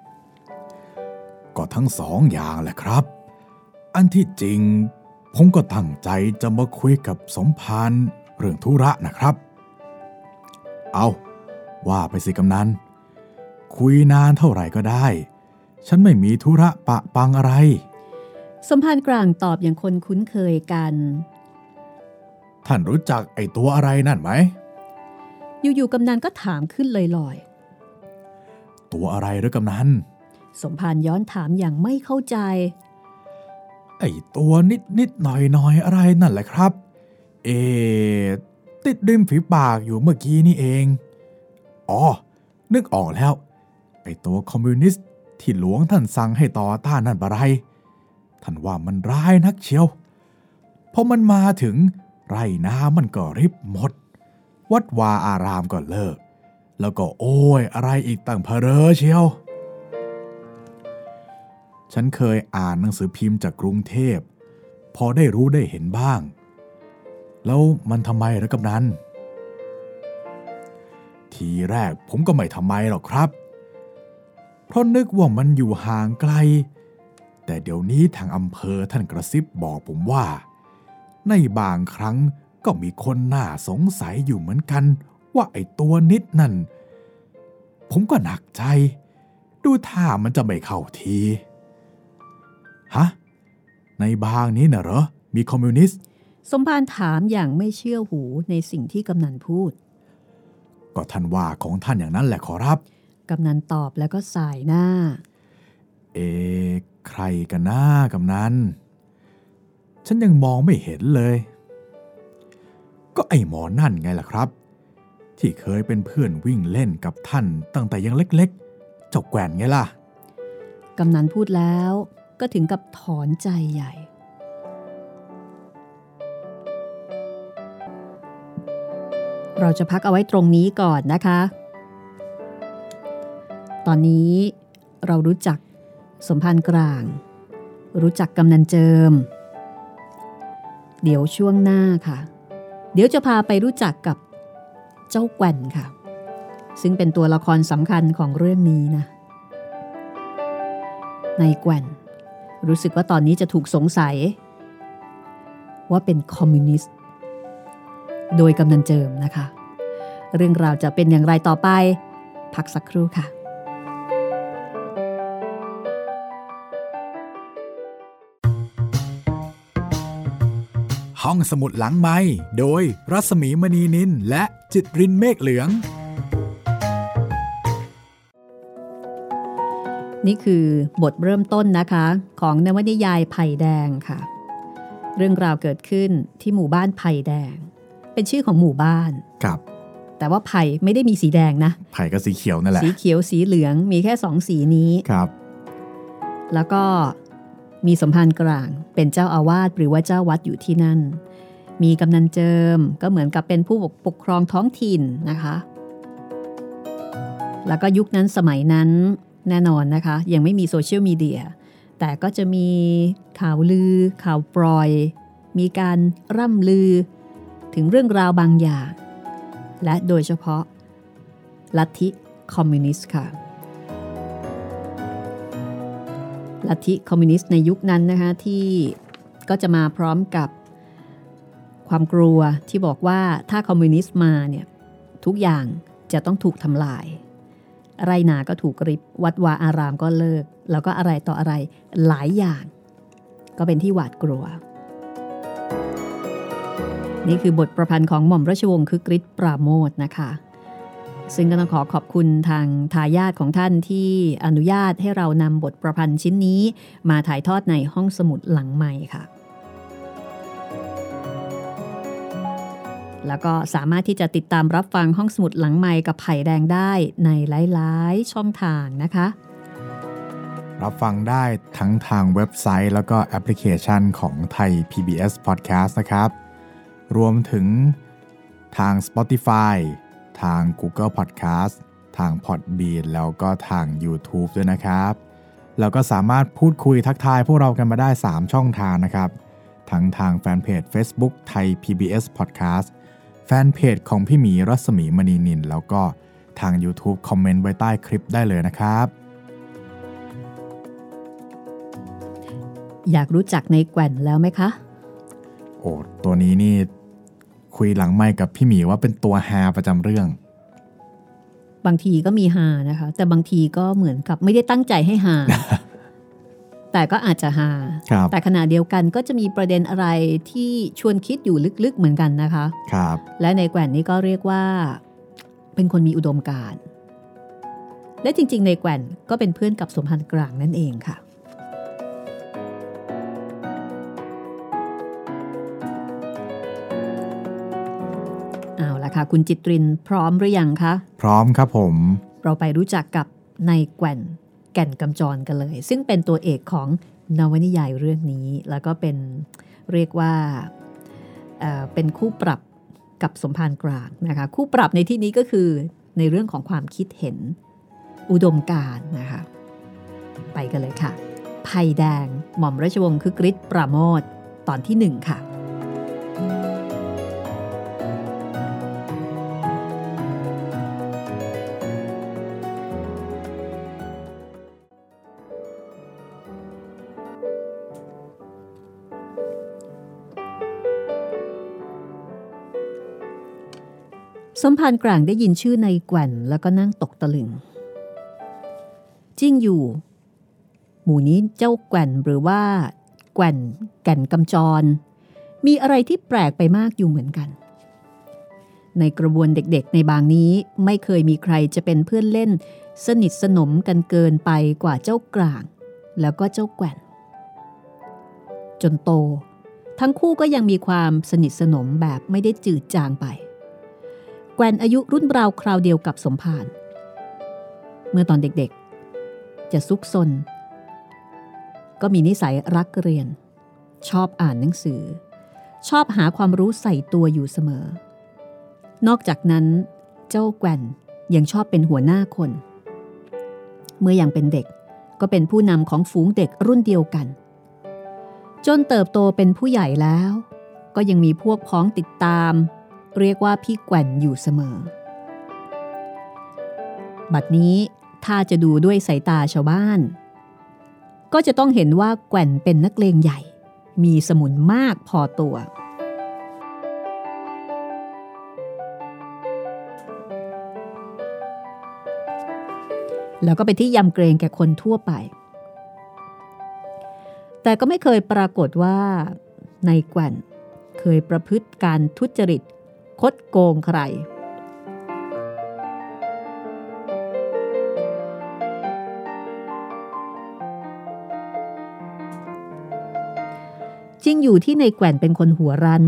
S1: ก็ทั้งสองอย่างแหละครับอันที่จริงผมก็ตั้งใจจะมาคุยกับสมภารเรื่องธุระนะครับเอาว่าไปสิกำนันคุยนานเท่าไหร่ก็ได้ฉันไม่มีธุระปะปังอะไร
S2: สมภารกลางตอบอย่างคนคุ้นเคยกัน
S1: ท่านรู้จักไอ้ตัวอะไรนั่นไหม
S2: อยู่ๆกำนันก็ถามขึ้นลอย
S1: ๆตัวอะไรหรือกำนัน
S2: สมภารย้อนถามอย่างไม่เข้าใจ
S1: ไอ้ตัวนิดนิดหน่อยหน่อยอะไรนั่นแหละครับเอติดริมฝีปากอยู่เมื่อกี้นี่เองอ๋อนึกออกแล้วไอ้ตัวคอมมิวนิสต์ที่หลวงท่านสั่งให้ต่อต้านนั่นปะไรท่านว่ามันร้ายนักเชียวพอมันมาถึงไร่นามันก็ริบหมดวัดวาอารามก็เลิกแล้วก็โอ้ยอะไรอีกตั้งเพอเรอเชียวฉันเคยอ่านหนังสือพิมพ์จากกรุงเทพพอได้รู้ได้เห็นบ้างแล้วมันทำไมล่ะกำนันทีแรกผมก็ไม่ทำไมหรอกครับเพราะนึกว่ามันอยู่ห่างไกลแต่เดี๋ยวนี้ทางอำเภอท่านกระซิบบอกผมว่าในบางครั้งก็มีคนน่าสงสัยอยู่เหมือนกันว่าไอ้ตัวนิดนั่นผมก็หนักใจดูท่ามันจะไม่เข้าทีฮะในบางนี้น่ะเหรอมีคอมมิวนิสต์
S2: สมภารถามอย่างไม่เชื่อหูในสิ่งที่กำนันพูด
S1: ก็ท่านว่าของท่านอย่างนั้นแหละขอรับ
S2: กำนันตอบแล้วก็สายหน้า
S1: เอใครกันหน้ากำนันฉันยังมองไม่เห็นเลยก็ไอ้หมอนั่นไงล่ะครับที่เคยเป็นเพื่อนวิ่งเล่นกับท่านตั้งแต่ยังเล็กๆเจ้าแกว่นไงล่ะ
S2: กำนันพูดแล้วก็ถึงกับถอนใจใหญ่เราจะพักเอาไว้ตรงนี้ก่อนนะคะตอนนี้เรารู้จักสมภารกลางรู้จักกำนันเจิมเดี๋ยวช่วงหน้าค่ะเดี๋ยวจะพาไปรู้จักกับเจ้าแกว่นค่ะซึ่งเป็นตัวละครสำคัญของเรื่องนี้นะในแกว่นรู้สึกว่าตอนนี้จะถูกสงสัยว่าเป็นคอมมิวนิสต์โดยกำนันเจิมนะคะเรื่องราวจะเป็นอย่างไรต่อไปพักสักครู่ค่ะ
S1: ห้องสมุดหลังไมค์โดยรัศมีมณีนินและจิตรินเมฆเหลือง
S2: นี่คือบทเริ่มต้นนะคะของนวนิยายไผ่แดงค่ะเรื่องราวเกิดขึ้นที่หมู่บ้านไผ่แดงเป็นชื่อของหมู่บ้าน
S1: ครับ
S2: แต่ว่าไผ่ไม่ได้มีสีแดงนะ
S1: ไผ่ก็สีเขียวนั่นแหละ
S2: สีเขียวสีเหลืองมีแค่สองสีนี้
S1: ครับ
S2: แล้วก็มีสมภารกลางเป็นเจ้าอาวาสหรือว่าเจ้าวัดอยู่ที่นั่นมีกำนันเจิมก็เหมือนกับเป็นผู้ปกครองท้องถิ่นนะคะแล้วก็ยุคนั้นสมัยนั้นแน่นอนนะคะยังไม่มีโซเชียลมีเดียแต่ก็จะมีข่าวลือข่าวปล่อยมีการร่ำลือถึงเรื่องราวบางอย่างและโดยเฉพาะลัทธิคอมมิวนิสต์ค่ะลัทธิคอมมิวนิสต์ในยุคนั้นนะคะที่ก็จะมาพร้อมกับความกลัวที่บอกว่าถ้าคอมมิวนิสต์มาเนี่ยทุกอย่างจะต้องถูกทำลายไรนาก็ถูกริบวัดวาอารามก็เลิกแล้วก็อะไรต่ออะไรหลายอย่างก็เป็นที่หวาดกลัวนี่คือบทประพันธ์ของหม่อมราชวงศ์คึกฤทธิ์ปราโมทนะคะซึ่งก็ต้องขอขอบคุณทางทายาทของท่านที่อนุญาตให้เรานำบทประพันธ์ชิ้นนี้มาถ่ายทอดในห้องสมุดหลังใหม่ค่ะแล้วก็สามารถที่จะติดตามรับฟังห้องสมุดหลังใหม่กับไผ่แดงได้ในหลายๆช่องทางนะคะ
S1: รับฟังได้ทั้งทางเว็บไซต์แล้วก็แอปพลิเคชันของไทย พี บี เอส Podcast นะครับรวมถึงทาง Spotify ทาง Google Podcast ทาง Podbean แล้วก็ทาง YouTube ด้วยนะครับแล้วก็สามารถพูดคุยทักทายพวกเรากันมาได้สามช่องทางนะครับทั้งทางแฟนเพจ Facebook ไทย พี บี เอส Podcast แฟนเพจของพี่หมีรัศมีมณีนินแล้วก็ทาง YouTube คอมเมนต์ไว้ใต้คลิปได้เลยนะครับ
S2: อยากรู้จักในแกว่นแล้วไหมคะ
S1: โอ้ตัวนี้นี่คุยหลังไมค์กับพี่หมีว่าเป็นตัวฮาประจำเรื่อง
S2: บางทีก็มีฮานะคะแต่บางทีก็เหมือนกับไม่ได้ตั้งใจให้ฮา แต่ก็อาจจะฮาแต่ขณะเดียวกันก็จะมีประเด็นอะไรที่ชวนคิดอยู่ลึกๆเหมือนกันนะคะ
S1: ครับ
S2: และในแกว่นนี้ก็เรียกว่าเป็นคนมีอุดมการณ์และจริงๆในแกว่นก็เป็นเพื่อนกับสมภารกลางนั่นเองค่ะเอาล่ะค่ะคุณจิตรินพร้อมหรือยังคะ
S1: พร้อมครับผม
S2: เราไปรู้จักกับนายแกว่นแก่นกำจรกันเลยซึ่งเป็นตัวเอกของนวนิยายเรื่องนี้แล้วก็เป็นเรียกว่า เอ่อ เป็นคู่ปรับกับสมภารกลางนะคะคู่ปรับในที่นี้ก็คือในเรื่องของความคิดเห็นอุดมการณ์นะคะไปกันเลยค่ะไผ่แดงหม่อมราชวงศ์คึกฤทธิ์ปราโมทย์ตอนที่หนึ่งค่ะสมภารกลางได้ยินชื่อในแกว่นแล้วก็นั่งตกตะลึงจริงอยู่หมู่นี้เจ้าแกว่นหรือว่าแกว่นแก่นกำจรมีอะไรที่แปลกไปมากอยู่เหมือนกันในกระบวนเด็กๆในบางนี้ไม่เคยมีใครจะเป็นเพื่อนเล่นสนิทสนมกันเกินไปกว่าเจ้ากลางแล้วก็เจ้าแกว่นจนโตทั้งคู่ก็ยังมีความสนิทสนมแบบไม่ได้จืดจางไปแกว่นอายุรุ่นราวคราวเดียวกับสมภารเมื่อตอนเด็กๆจะซุกซนก็มีนิสัยรักเรียนชอบอ่านหนังสือชอบหาความรู้ใส่ตัวอยู่เสมอนอกจากนั้นเจ้าแกว่นยังชอบเป็นหัวหน้าคนเมื่อยังเป็นเด็กก็เป็นผู้นำของฝูงเด็กรุ่นเดียวกันจนเติบโตเป็นผู้ใหญ่แล้วก็ยังมีพวกพ้องติดตามเรียกว่าพี่แกว่นอยู่เสมอบัดนี้ถ้าจะดูด้วยสายตาชาวบ้านก็จะต้องเห็นว่าแกว่นเป็นนักเลงใหญ่มีสมุนมากพอตัวแล้วก็เป็นที่ยำเกรงแก่คนทั่วไปแต่ก็ไม่เคยปรากฏว่าในแกว่นเคยประพฤติการทุจริตคดโกงใครจริงอยู่ที่ในแกว่นเป็นคนหัวรั้น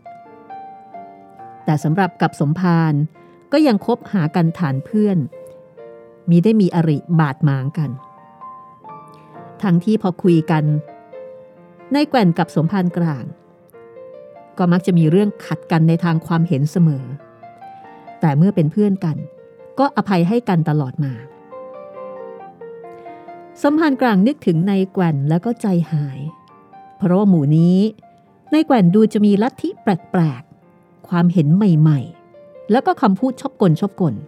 S2: แต่สำหรับกับสมภารก็ยังคบหากันฐานเพื่อนมิได้มีอริบาดหมางกันทั้งที่พอคุยกันในแกว่นกับสมภารกลางก็มักจะมีเรื่องขัดกันในทางความเห็นเสมอแต่เมื่อเป็นเพื่อนกันก็อภัยให้กันตลอดมาสมภารกลางนึกถึงในแกว่นแล้วก็ใจหายเพราะว่าหมู่นี้ในแกว่นดูจะมีลัทธิแปลกๆความเห็นใหม่ๆแล้วก็คำพูดชอบกลชอบกล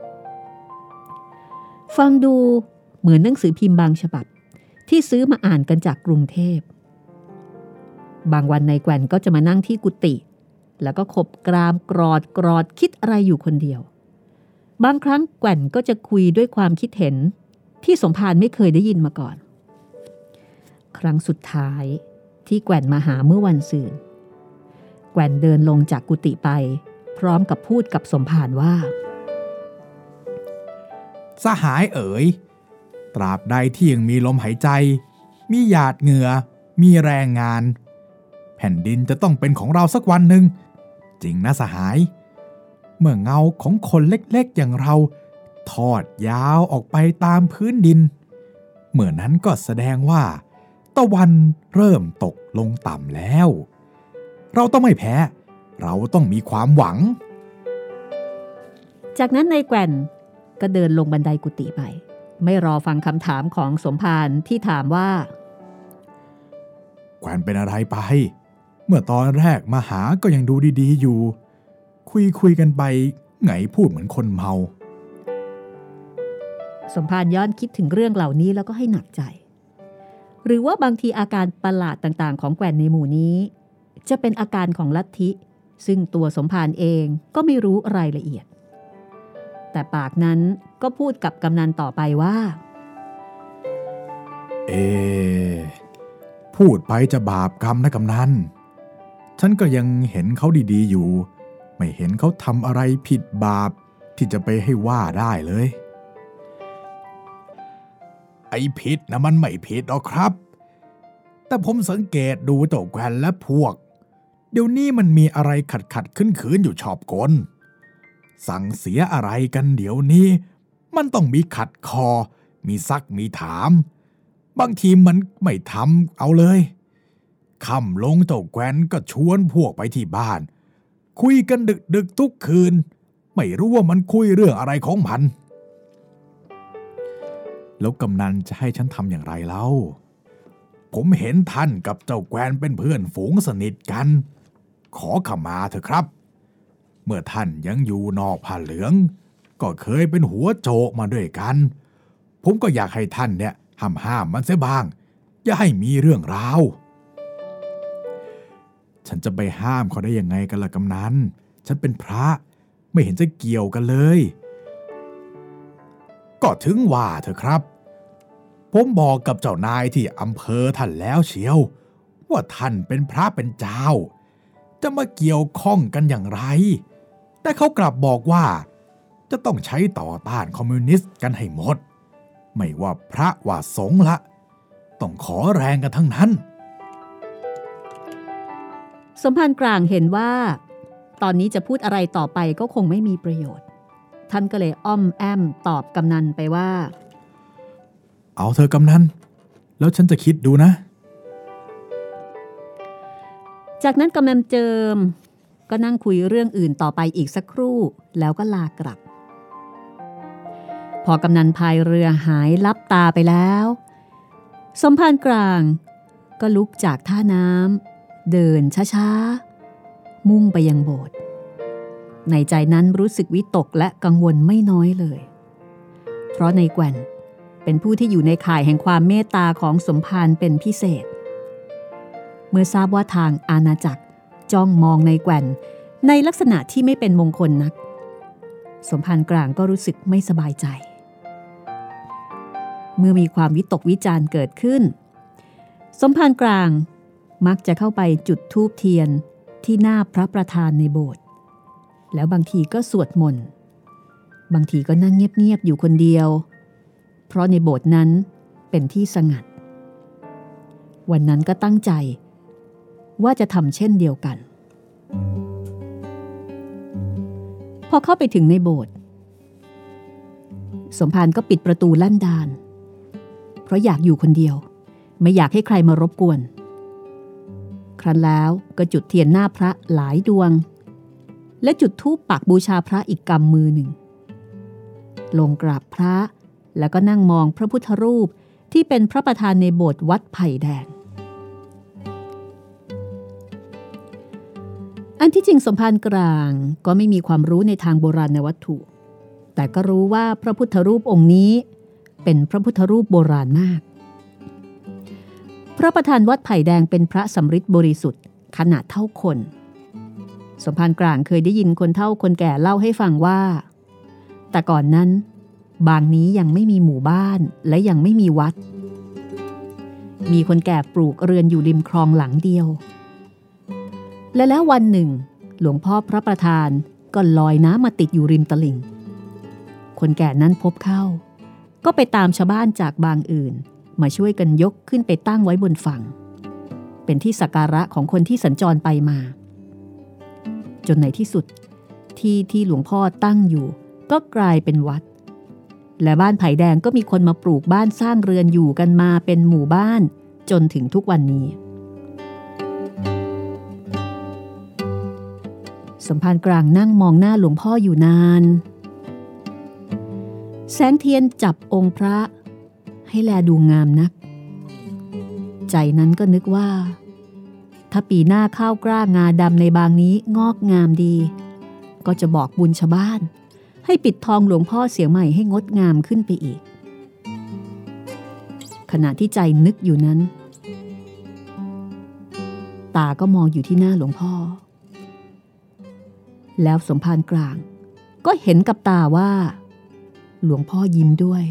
S2: ฟังดูเหมือนหนังสือพิมพ์บางฉบับที่ซื้อมาอ่านกันจากกรุงเทพบางวันในแกว่นก็จะมานั่งที่กุฏิแล้วก็ขบกรามกรอดกรอดคิดอะไรอยู่คนเดียวบางครั้งแกว่นก็จะคุยด้วยความคิดเห็นที่สมภารไม่เคยได้ยินมาก่อนครั้งสุดท้ายที่แกว่นมาหาเมื่อวันศืนแกว่นเดินลงจากกุฏิไปพร้อมกับพูดกับสมภารว่า
S1: สหายเอ๋ยตราบใดที่ยังมีลมหายใจมีหยาดเหงื่อมีแรงงานแผ่นดินจะต้องเป็นของเราสักวันหนึ่งจริงนะสหายเมื่อเงาของคนเล็กๆอย่างเราทอดยาวออกไปตามพื้นดินเมื่อนั้นก็แสดงว่าตะวันเริ่มตกลงต่ำแล้วเราต้องไม่แพ้เราต้องมีความหวัง
S2: จากนั้นนายแกว่นก็เดินลงบันไดกุฏิไปไม่รอฟังคำถามของสมภารที่ถามว่า
S1: แกว่นเป็นอะไรไปเมื่อตอนแรกมาหาก็ยังดูดีๆอยู่คุยคุยกันไปไงพูดเหมือนคนเมา
S2: สมภารย้อนคิดถึงเรื่องเหล่านี้แล้วก็ให้หนักใจหรือว่าบางทีอาการประหลาดต่างๆของแกว่นในหมู่นี้จะเป็นอาการของลัทธิซึ่งตัวสมภารเองก็ไม่รู้รายละเอียดแต่ปากนั้นก็พูดกับกำนันต่อไปว่า
S1: เอพูดไปจะบาปกรรมนะกำนันฉันก็ยังเห็นเขาดีๆอยู่ไม่เห็นเขาทำอะไรผิดบาปที่จะไปให้ว่าได้เลยไอ้ผิดนะมันไม่ผิดหรอกครับแต่ผมสังเกตดูเจ้าแกวนและพวกเดี๋ยวนี้มันมีอะไรขัดขัดขึ้นขืนอยู่ชอบกลสั่งเสียอะไรกันเดี๋ยวนี้มันต้องมีขัดคอมีซักมีถามบางทีมันไม่ทำเอาเลยค่ำลงเจ้าแกวนก็ชวนพวกไปที่บ้านคุยกันดึกดึกทุกคืนไม่รู้ว่ามันคุยเรื่องอะไรของมันแล้วกำนันจะให้ฉันทำอย่างไรเล่าผมเห็นท่านกับเจ้าแกวนเป็นเพื่อนฝูงสนิทกันขอขมาเถอะครับเมื่อท่านยังอยู่นอกผ้าเหลืองก็เคยเป็นหัวโจกมาด้วยกันผมก็อยากให้ท่านเนี่ยห้ามห้ามมันเสียบ้างอย่าให้มีเรื่องราวฉันจะไปห้ามเขาได้ยังไงกันล่ะกำนันฉันเป็นพระไม่เห็นจะเกี่ยวกันเลยก็ถึงว่าเถอะครับผมบอกกับเจ้านายที่อำเภอท่านแล้วเชียวว่าท่านเป็นพระเป็นเจ้าจะมาเกี่ยวข้องกันอย่างไรแต่เขากลับบอกว่าจะต้องใช้ต่อต้านคอมมิวนิสต์กันให้หมดไม่ว่าพระว่าสงฆ์ละต้องขอแรงกันทั้งนั้น
S2: สมภารกลางเห็นว่าตอนนี้จะพูดอะไรต่อไปก็คงไม่มีประโยชน์ท่านก็เลยอ้อมแอมตอบกำนันไปว่า
S1: เอาเธอกำนันแล้วฉันจะคิดดูนะ
S2: จากนั้นกำนันเจิมก็นั่งคุยเรื่องอื่นต่อไปอีกสักครู่แล้วก็ลากลับพอกำนันพายเรือหายลับตาไปแล้วสมภารกลางก็ลุกจากท่าน้ำเดินช้าๆมุ่งไปยังโบสถ์ในใจนั้นรู้สึกวิตกและกังวลไม่น้อยเลยเพราะในแกว่นเป็นผู้ที่อยู่ในข่ายแห่งความเมตตาของสมภารเป็นพิเศษเมื่อทราบว่าทางอาณาจักรจ้องมองในแกว่นในลักษณะที่ไม่เป็นมงคลนักสมภารกลางก็รู้สึกไม่สบายใจเมื่อมีความวิตกวิจารณ์เกิดขึ้นสมภารกลางมักจะเข้าไปจุดธูปเทียนที่หน้าพระประธานในโบสถ์แล้วบางทีก็สวดมนต์บางทีก็นั่งเงียบๆอยู่คนเดียวเพราะในโบสถ์นั้นเป็นที่สงัดวันนั้นก็ตั้งใจว่าจะทำเช่นเดียวกันพอเข้าไปถึงในโบสถ์สมภารก็ปิดประตูลั่นดานเพราะอยากอยู่คนเดียวไม่อยากให้ใครมารบกวนครั้นแล้วก็จุดเทียนหน้าพระหลายดวงและจุดธูปปักบูชาพระอีกกำมือหนึ่งลงกราบพระแล้วก็นั่งมองพระพุทธรูปที่เป็นพระประธานในโบสถ์วัดไผ่แดงอันที่จริงสมภารกลางก็ไม่มีความรู้ในทางโบราณวัตถุแต่ก็รู้ว่าพระพุทธรูปองค์นี้เป็นพระพุทธรูปโบราณมากพระประธานวัดไผ่แดงเป็นพระสำริดบริสุทธิ์ขนาดเท่าคนสมภารกลางเคยได้ยินคนเฒ่าคนแก่เล่าให้ฟังว่าแต่ก่อนนั้นบางนี้ยังไม่มีหมู่บ้านและยังไม่มีวัดมีคนแก่ปลูกเรือนอยู่ริมคลองหลังเดียวและแล้ววันหนึ่งหลวงพ่อพระประธานก็ลอยน้ำมาติดอยู่ริมตลิ่งคนแก่นั้นพบเข้าก็ไปตามชาวบ้านจากบางอื่นมาช่วยกันยกขึ้นไปตั้งไว้บนฝั่งเป็นที่สักการะของคนที่สัญจรไปมาจนในที่สุดที่ที่หลวงพ่อตั้งอยู่ก็กลายเป็นวัดและบ้านไผ่แดงก็มีคนมาปลูกบ้านสร้างเรือนอยู่กันมาเป็นหมู่บ้านจนถึงทุกวันนี้สมภารกลางนั่งมองหน้าหลวงพ่ออยู่นานแสงเทียนจับองค์พระให้แลดูงามนักใจนั้นก็นึกว่าถ้าปีหน้าข้าวกล้างาดำในบางนี้งอกงามดีก็จะบอกบุญชาวบ้านให้ปิดทองหลวงพ่อเสียใหม่ให้งดงามขึ้นไปอีกขณะที่ใจนึกอยู่นั้นตาก็มองอยู่ที่หน้าหลวงพ่อแล้วสมภารกลางก็เห็นกับตาว่าหลวงพ่อยิ้มด้วย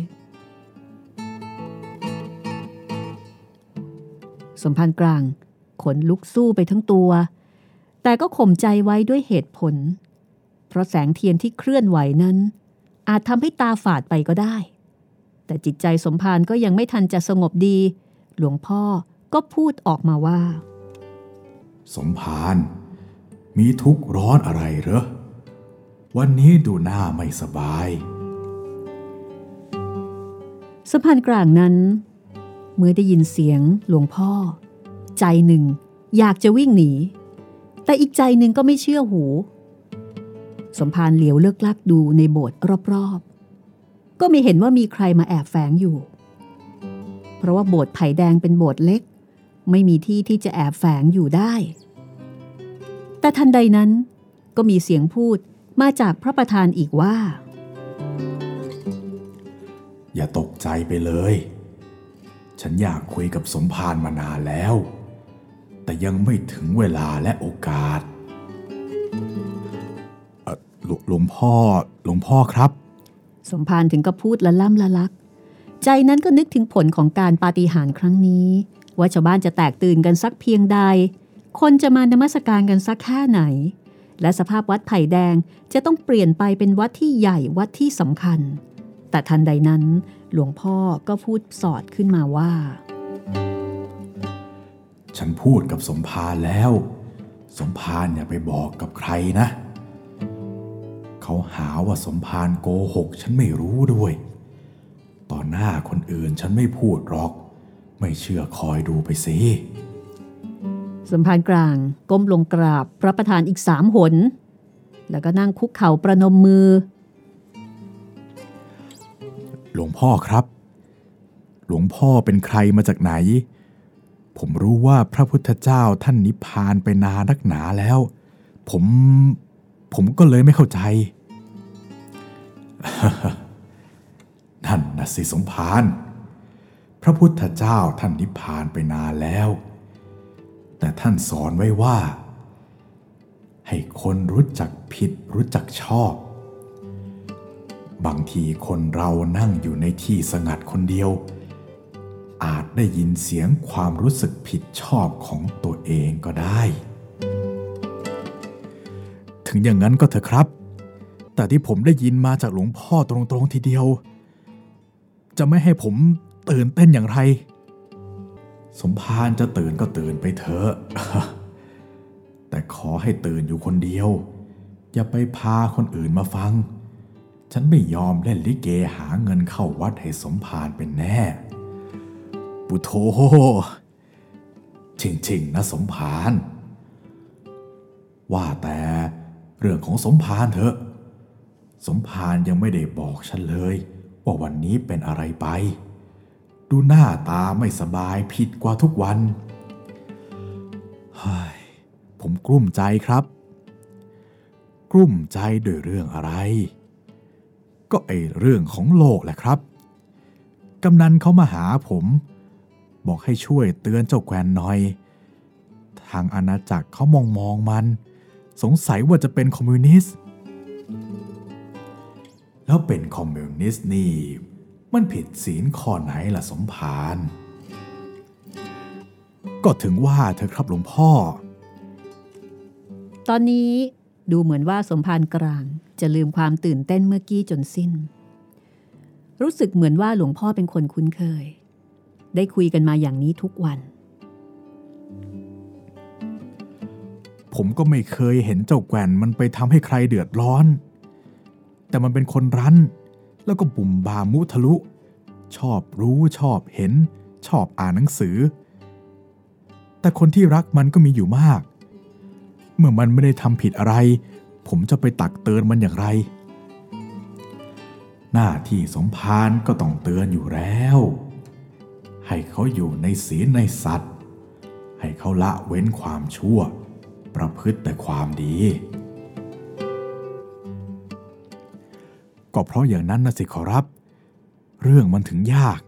S2: สมภารกลางขนลุกสู้ไปทั้งตัวแต่ก็ข่มใจไว้ด้วยเหตุผลเพราะแสงเทียนที่เคลื่อนไหวนั้นอาจทำให้ตาฝาดไปก็ได้แต่จิตใจสมภารก็ยังไม่ทันจะสงบดีหลวงพ่อก็พูดออกมาว่า
S1: สมภารมีทุกข์ร้อนอะไรเหรอวันนี้ดูหน้าไม่สบาย
S2: สมภารกลางนั้นเมื่อได้ยินเสียงหลวงพ่อใจหนึ่งอยากจะวิ่งหนีแต่อีกใจหนึ่งก็ไม่เชื่อหูสมภารเหลียวเลิกลักดูในโบสถ์รอบๆก็ไม่เห็นว่ามีใครมาแอบแฝงอยู่เพราะว่าโบสถ์ไผ่แดงเป็นโบสถ์เล็กไม่มีที่ที่จะแอบแฝงอยู่ได้แต่ทันใดนั้นก็มีเสียงพูดมาจากพระประธานอีกว่า
S1: อย่าตกใจไปเลยฉันอยากคุยกับสมภารมานานแล้วแต่ยังไม่ถึงเวลาและโอกาสหลวงพ่อหลวงพ่อครับ
S2: สมภารถึงก็พูดละล่ำละลักใจนั้นก็นึกถึงผลของการปาฏิหาริย์ครั้งนี้ว่าชาวบ้านจะแตกตื่นกันสักเพียงใดคนจะมานมัสการกันสักแค่ไหนและสภาพวัดไผ่แดงจะต้องเปลี่ยนไปเป็นวัดที่ใหญ่วัดที่สำคัญแต่ทันใดนั้นหลวงพ่อก็พูดสอดขึ้นมาว่า
S1: ฉันพูดกับสมภารแล้วสมภารอย่าไปบอกกับใครนะเขาหาว่าสมภารโกหกฉันไม่รู้ด้วยต่อหน้าคนอื่นฉันไม่พูดหรอกไม่เชื่อคอยดูไปสิ
S2: สมภารกลางก้มลงกราบพระประธานอีกสามหนแล้วก็นั่งคุกเข่าประนมมือ
S1: หลวงพ่อครับหลวงพ่อเป็นใครมาจากไหนผมรู้ว่าพระพุทธเจ้าท่านนิพพานไปนานนักหนาแล้วผมผมก็เลยไม่เข้าใจ นั่นน่ะสิสมภารพระพุทธเจ้าท่านนิพพานไปนานแล้วแต่ท่านสอนไว้ว่าให้คนรู้จักผิดรู้จักชอบบางทีคนเรานั่งอยู่ในที่สงัดคนเดียวอาจได้ยินเสียงความรู้สึกผิดชอบของตัวเองก็ได้ถึงอย่างนั้นก็เถอะครับแต่ที่ผมได้ยินมาจากหลวงพ่อตรงๆทีเดียวจะไม่ให้ผมตื่นเต้นอย่างไรสมภารจะตื่นก็ตื่นไปเถอะ แต่ขอให้ตื่นอยู่คนเดียวอย่าไปพาคนอื่นมาฟังฉันไม่ยอมเล่นลิเกหาเงินเข้าวัดให้สมภารเป็นแน่ปุโธจริงๆนะสมภารว่าแต่เรื่องของสมภารเถอะสมภารยังไม่ได้บอกฉันเลยว่าวันนี้เป็นอะไรไปดูหน้าตาไม่สบายผิดกว่าทุกวันเฮ้ยผมกลุ้มใจครับกลุ้มใจด้วยเรื่องอะไรก็ไอเรื่องของโลกแหละครับกำนันเขามาหาผมบอกให้ช่วยเตือนเจ้าแกวนหน่อยทางอาณาจักรเขามองมองมันสงสัยว่าจะเป็นคอมมิวนิสต์แล้วเป็นคอมมิวนิสต์นี่มันผิดศีลข้อไหนล่ะสมภารก็ถึงว่าเธอครับหลวงพ่อ
S2: ตอนนี้ดูเหมือนว่าสมภารกลางจะลืมความตื่นเต้นเมื่อกี้จนสิ้นรู้สึกเหมือนว่าหลวงพ่อเป็นคนคุ้นเคยได้คุยกันมาอย่างนี้ทุกวัน
S1: ผมก็ไม่เคยเห็นเจ้าแกว่นมันไปทำให้ใครเดือดร้อนแต่มันเป็นคนรั้นแล้วก็บุ่มบามมุทะลุชอบรู้ชอบเห็นชอบอ่านหนังสือแต่คนที่รักมันก็มีอยู่มากเมื่อมันไม่ได้ทำผิดอะไรผมจะไปตักเตือนมันอย่างไรหน้าที่สมภารก็ต้องเตือนอยู่แล้วให้เขาอยู่ในศีลในสัตว์ให้เขาละเว้นความชั่วประพฤติแต่ความดีก็เพราะอย่างนั้นนะสิขอรับเรื่องมันถึงยาก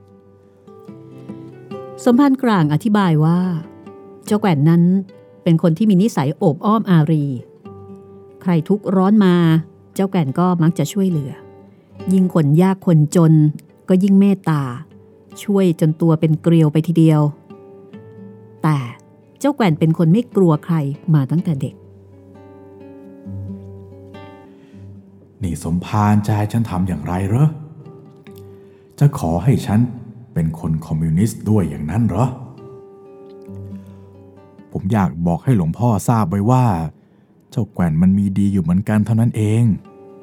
S2: สมภารกลางอธิบายว่าเจ้าแกว่นนั้นเป็นคนที่มีนิสัยโอบอ้อมอารีใครทุกข์ร้อนมาเจ้าแกว่นก็มักจะช่วยเหลือยิ่งคนยากคนจนก็ยิ่งเมตตาช่วยจนตัวเป็นเกลียวไปทีเดียวแต่เจ้าแกว่นเป็นคนไม่กลัวใครมาตั้งแต่เด็ก
S1: นี่สมภารจะให้ฉันทำอย่างไรเหรอจะขอให้ฉันเป็นคนคอมมิวนิสต์ด้วยอย่างนั้นเหรอผมอยากบอกให้หลวงพ่อทราบไว้ว่าเจ้าแกว่นมันมีดีอยู่เหมือนกันเท่านั้นเอง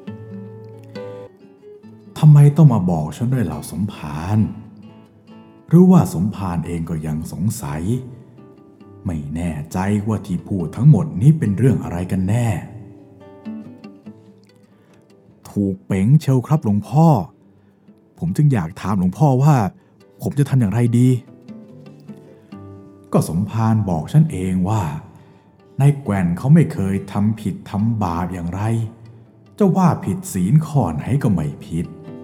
S1: ทำไมต้องมาบอกฉันด้วยเหล่าสมภารหรือว่าสมภารเองก็ยังสงสัยไม่แน่ใจว่าที่พูดทั้งหมดนี้เป็นเรื่องอะไรกันแน่ถูกเป๋งเชียวครับหลวงพ่อผมจึงอยากถามหลวงพ่อว่าผมจะทำอย่างไรดีก็สมภารบอกฉันเองว่านายแกว่นเขาไม่เคยทำผิดทำบาปอย่างไรจะว่าผิดศีลข้อไหนก็ไม่ผิด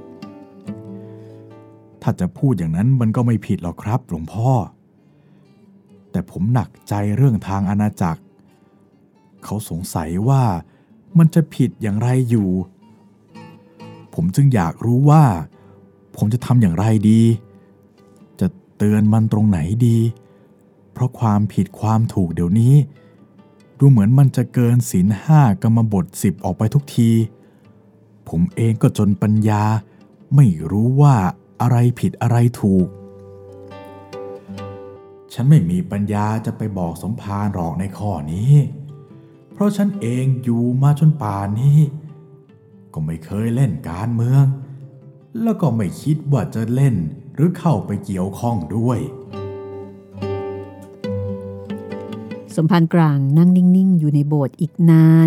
S1: ถ้าจะพูดอย่างนั้นมันก็ไม่ผิดหรอกครับหลวงพ่อแต่ผมหนักใจเรื่องทางอาณาจักรเขาสงสัยว่ามันจะผิดอย่างไรอยู่ผมจึงอยากรู้ว่าผมจะทำอย่างไรดีจะเตือนมันตรงไหนดีเพราะความผิดความถูกเดี๋ยวนี้ดูเหมือนมันจะเกินศีลห้ากรรมบทสิบออกไปทุกทีผมเองก็จนปัญญาไม่รู้ว่าอะไรผิดอะไรถูกฉันไม่มีปัญญาจะไปบอกสมภารหรอกในข้อนี้เพราะฉันเองอยู่มาจนป่านนี้ก็ไม่เคยเล่นการเมืองแล้วก็ไม่คิดว่าจะเล่นหรือเข้าไปเกี่ยวข้องด้วย
S2: สมภารกลางนั่งนิ่งๆอยู่ในโบสถ์อีกนาน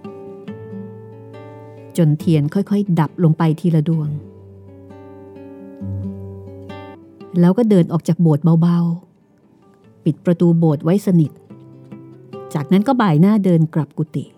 S2: จนเทียนค่อยๆดับลงไปทีละดวงแล้วก็เดินออกจากโบสถ์เบาๆปิดประตูโบสถ์ไว้สนิทจากนั้นก็บ่ายหน้าเดินกลับกุฏิ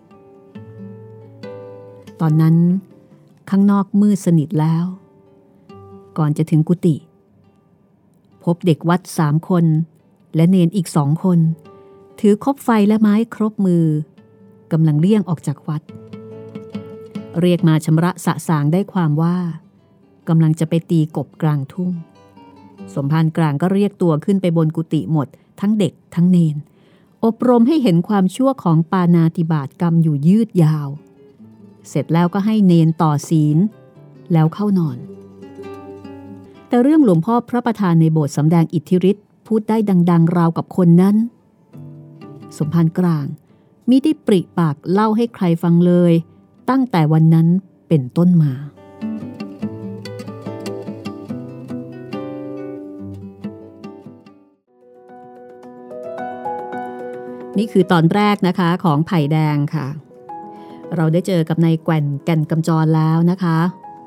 S2: ตอนนั้นข้างนอกมืดสนิทแล้วก่อนจะถึงกุฏิพบเด็กวัดสามคนและเนนอีกสองคนถือคบไฟและไม้ครบมือกำลังเลี่ยงออกจากวัดเรียกมาชำระสะสางได้ความว่ากำลังจะไปตีกบกลางทุ่งสมภารกลางก็เรียกตัวขึ้นไปบนกุฏิหมดทั้งเด็กทั้งเนนอบรมให้เห็นความชั่วของปาณาติบาตกรรมอยู่ยืดยาวเสร็จแล้วก็ให้เนนต่อศีลแล้วเข้านอนแต่เรื่องหลวงพ่อพระประธานในโบสถ์สำแดงอิทธิฤทธิ์พูดได้ดังๆราวกับคนนั้นสมภารกลางมิได้ปริปากเล่าให้ใครฟังเลยตั้งแต่วันนั้นเป็นต้นมานี่คือตอนแรกนะคะของไผ่แดงค่ะเราได้เจอกับนายแกว่นแก่นกำจรแล้วนะคะ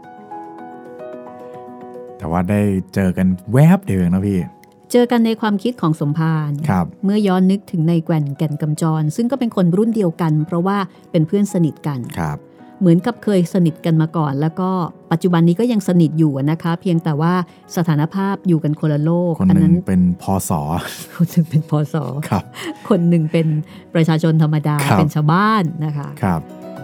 S1: แต่ว่าได้เจอกันแวบเดียวนะพี่
S2: เจอกันในความคิดของสมภารเมื่อย้อนนึกถึงนายแกว่นแก่นกำจรซึ่งก็เป็นคนรุ่นเดียวกันเพราะว่าเป็นเพื่อนสนิทกันเหมือนกับเคยสนิทกันมาก่อนแล้วก็ปัจจุบันนี้ก็ยังสนิทอยู่นะคะเพียงแต่ว่าสถานภาพอยู่กันคนละโลก
S1: คนหนึ่งเป็นพศ
S2: คนหนึ่งเป็นพศคนหนึ่งเป็นประชาชนธรรมดาเป็นชาวบ้านนะคะ
S1: ครับ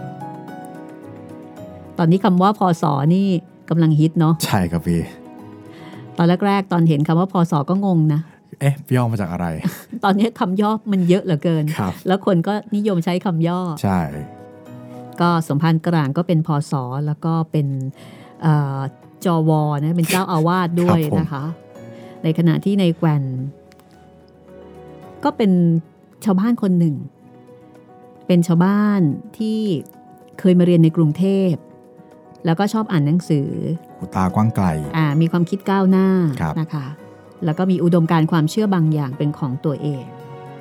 S2: ตอนนี้คำว่าพศนี่กำลังฮิตเนาะ
S1: ใช่ครับพี่
S2: ตอนแรกๆตอนเห็นคำว่าพศก็งงนะ
S1: เอ๊ะย่อมาจากอะไร
S2: ตอนนี้คำย่อมันเยอะเหลือเกินแล้วคนก็นิยมใช้คำย่อ
S1: ใช่
S2: ก็สมภารกลางก็เป็นพศแล้วก็เป็นจวนะเป็นเจ้าอาวาสด้วยนะคะในขณะที่ในแกว่นก็เป็นชาวบ้านคนหนึ่งเป็นชาวบ้านที่เคยมาเรียนในกรุงเทพแล้วก็ชอบอ่านหนังสือ
S1: หูตากว้างไกล
S2: อ่ามีความคิดก้าวหน้านะคะแล้วก็มีอุดมการณ์ความเชื่อบางอย่างเป็นของตัวเอง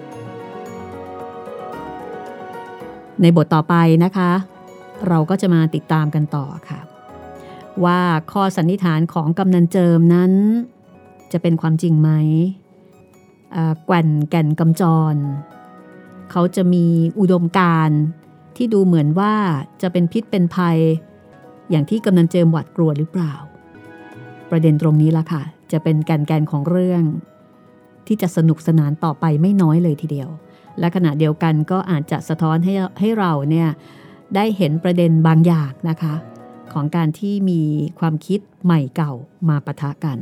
S2: ในบทต่อไปนะคะเราก็จะมาติดตามกันต่อค่ะว่าข้อสันนิษฐานของกำนันเจิมนั้นจะเป็นความจริงไหมแกว่นแก่นกำจรเขาจะมีอุดมการณ์ที่ดูเหมือนว่าจะเป็นพิษเป็นภัยอย่างที่กำนันเจิมหวาดกลัวหรือเปล่าประเด็นตรงนี้ละค่ะจะเป็นแกนแกนของเรื่องที่จะสนุกสนานต่อไปไม่น้อยเลยทีเดียวและขณะเดียวกันก็อาจจะสะท้อนให้ให้เราเนี่ยได้เห็นประเด็นบางอย่างนะคะของการที่มีความคิดใหม่เก่ามาปะทะกัน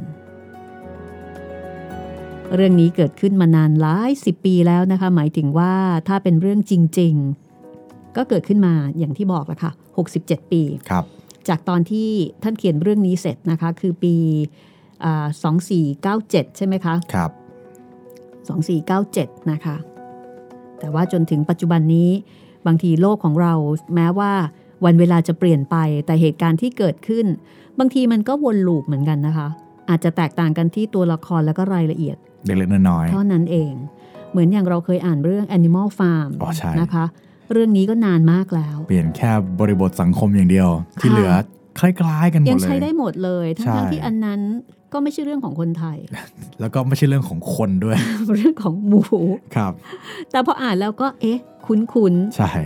S2: เรื่องนี้เกิดขึ้นมานานหลายสิบปีแล้วนะคะหมายถึงว่าถ้าเป็นเรื่องจริงๆก็เกิดขึ้นมาอย่างที่บอกแล้วค่ะหกสิบเจ็ดปี
S1: ครับ
S2: จากตอนที่ท่านเขียนเรื่องนี้เสร็จนะคะคือปีสองสี่เก้าเจ็ดใช่ไหมคะ
S1: ครับ
S2: สองสี่เก้าเจ็ดนะคะแต่ว่าจนถึงปัจจุบันนี้บางทีโลกของเราแม้ว่าวันเวลาจะเปลี่ยนไปแต่เหตุการณ์ที่เกิดขึ้นบางทีมันก็วนลูปเหมือนกันนะคะอาจจะแตกต่างกันที่ตัวละครและก็รายละเอียด
S1: เล็กๆน้อย
S2: ๆเท่านั้นเองเหมือนอย่างเราเคยอ่านเรื่อง Animal Farm นะคะเรื่องนี้ก็นานมากแล้ว
S1: เปลี่ยนแค่บริบทสังคมอย่างเดียวที่เหลือคล้ายๆกันหมดเลย
S2: ยังใช้ได้หมดเลยทั้งๆที่อันนั้นก็ไม่ใช่เรื่องของคนไทย
S1: แล้วก็ไม่ใช่เรื่องของคนด้วย
S2: เรื่องของหมู
S1: ครับ
S2: แต่พออ่านแล้วก็เอ๊ะคุ้น
S1: ๆใช่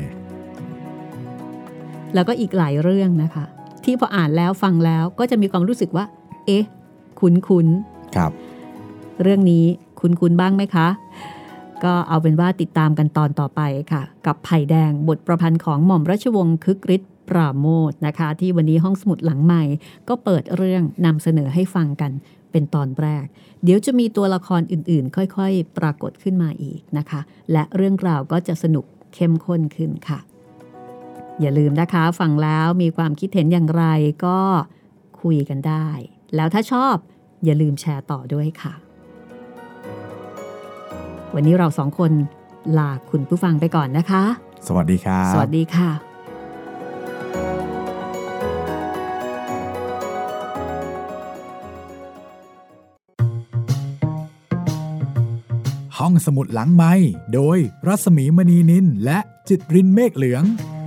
S2: แล้วก็อีกหลายเรื่องนะคะที่พออ่านแล้วฟังแล้วก็จะมีความรู้สึกว่าเอ๊ะคุ้น
S1: ๆครับ
S2: เรื่องนี้คุ้นๆบ้างไหมคะก็เอาเป็นว่าติดตามกันตอนต่อไปค่ะกับไผ่แดงบทประพันธ์ของหม่อมราชวงศ์คึกฤทธิ์ปราโมทนะคะที่วันนี้ห้องสมุดหลังใหม่ก็เปิดเรื่องนำเสนอให้ฟังกันเป็นตอนแรกเดี๋ยวจะมีตัวละครอื่นๆค่อยๆปรากฏขึ้นมาอีกนะคะและเรื่องราวก็จะสนุกเข้มข้นขึ้นค่ะอย่าลืมนะคะฟังแล้วมีความคิดเห็นอย่างไรก็คุยกันได้แล้วถ้าชอบอย่าลืมแชร์ต่อด้วยค่ะวันนี้เราสองคนลาคุณผู้ฟังไปก่อนนะคะ
S1: สวัสดีครับ
S2: สวัสดีค่ะ
S1: ห้องสมุดหลังไมค์โดยรัศมีมณีนินและจิตรินเมฆเหลือง